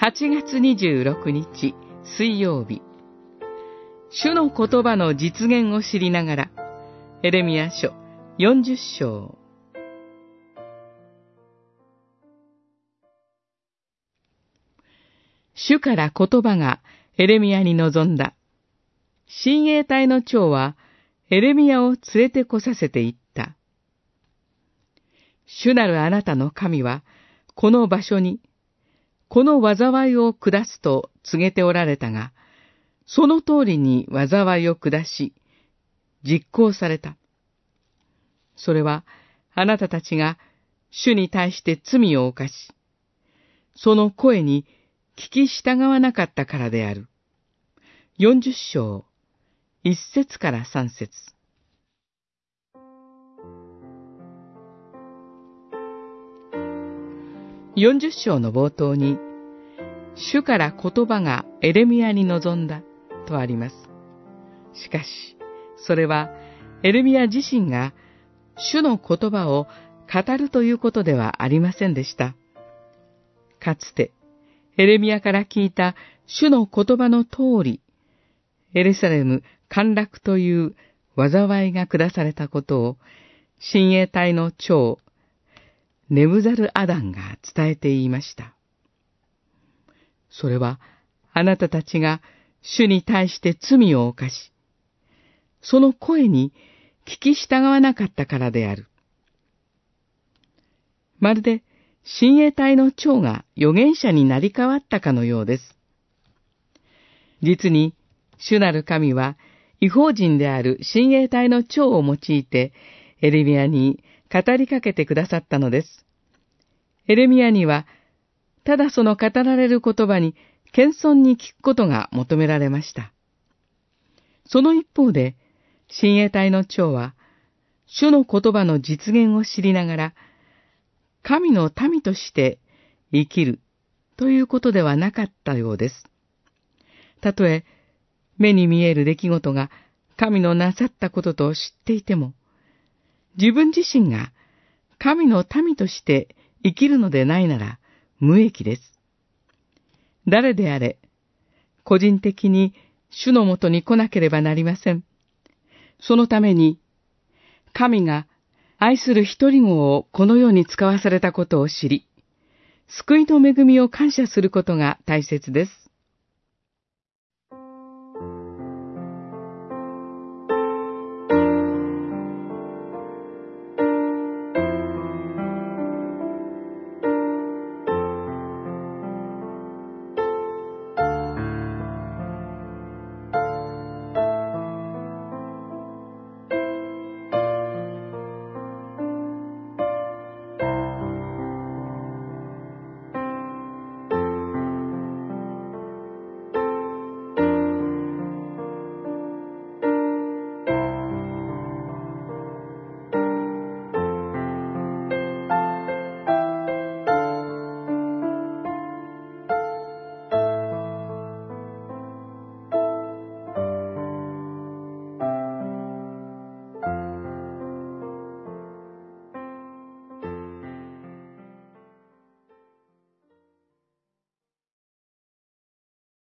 8月26日水曜日、主の言葉の実現を知りながら、エレミヤ書40章。主から言葉がエレミヤに臨んだ。親衛隊の長はエレミヤを連れてこさせて言った。主なるあなたの神は、この場所に、この災いを下すと告げておられたが、その通りに災いを下し、実行された。それは、あなたたちが主に対して罪を犯し、その声に聞き従わなかったからである。40章、1節から3節。40章の冒頭に、主から言葉がエレミヤに臨んだとあります。しかし、それはエレミヤ自身が主の言葉を語るということではありませんでした。かつて、エレミヤから聞いた主の言葉の通り、エルサレム陥落という災いが下されたことを、親衛隊の長、ネブザルアダンが伝えて言いました。それは、あなたたちが主に対して罪を犯し、その声に聞き従わなかったからである。まるで、親衛隊の長が預言者になり変わったかのようです。実に、主なる神は、異邦人である親衛隊の長を用いて、エレミヤに語りかけてくださったのです。エレミヤには、ただその語られる言葉に謙遜に聞くことが求められました。その一方で、親衛隊の長は、主の言葉の実現を知りながら、神の民として生きるということではなかったようです。たとえ、目に見える出来事が神のなさったことと知っていても、自分自身が神の民として生きるのでないなら無益です。誰であれ、個人的に主のもとに来なければなりません。そのために、神が愛する一人子をこの世に使わされたことを知り、救いの恵みを感謝することが大切です。